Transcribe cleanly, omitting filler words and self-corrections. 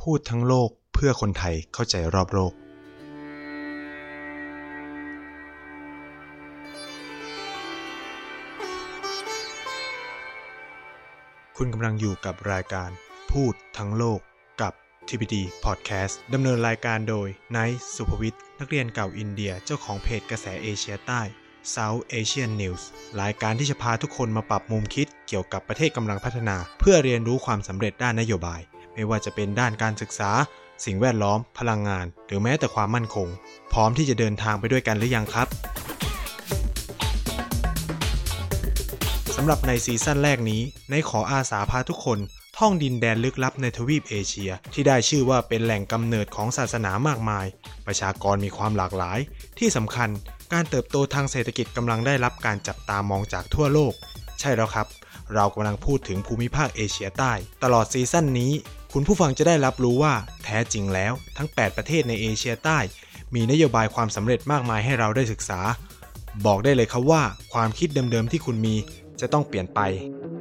พูดทั้งโลกเพื่อคนไทยเข้าใจรอบโลกคุณกำลังอยู่กับรายการพูดทั้งโลกกับ TPD Podcast ดำเนินรายการโดยไนท์ สุภวิทย์นักเรียนเก่าอินเดียเจ้าของเพจกระแสเอเชียใต้ South Asian News รายการที่จะพาทุกคนมาปรับมุมคิดเกี่ยวกับประเทศกำลังพัฒนาเพื่อเรียนรู้ความสำเร็จด้านนโยบายไม่ว่าจะเป็นด้านการศึกษาสิ่งแวดล้อมพลังงานหรือแม้แต่ความมั่นคงพร้อมที่จะเดินทางไปด้วยกันหรือยังครับสำหรับในซีซั่นแรกนี้ในขออาสาพาทุกคนท่องดินแดนลึกลับในทวีปเอเชียที่ได้ชื่อว่าเป็นแหล่งกำเนิดของศาสนามากมายประชากรมีความหลากหลายที่สำคัญการเติบโตทางเศรษฐกิจกำลังได้รับการจับตามองจากทั่วโลกใช่แล้วครับเรากำลังพูดถึงภูมิภาคเอเชียใต้ตลอดซีซั่นนี้คุณผู้ฟังจะได้รับรู้ว่าแท้จริงแล้วทั้ง8ประเทศในเอเชียใต้มีนโยบายความสำเร็จมากมายให้เราได้ศึกษาบอกได้เลยครับว่าความคิดเดิมๆที่คุณมีจะต้องเปลี่ยนไป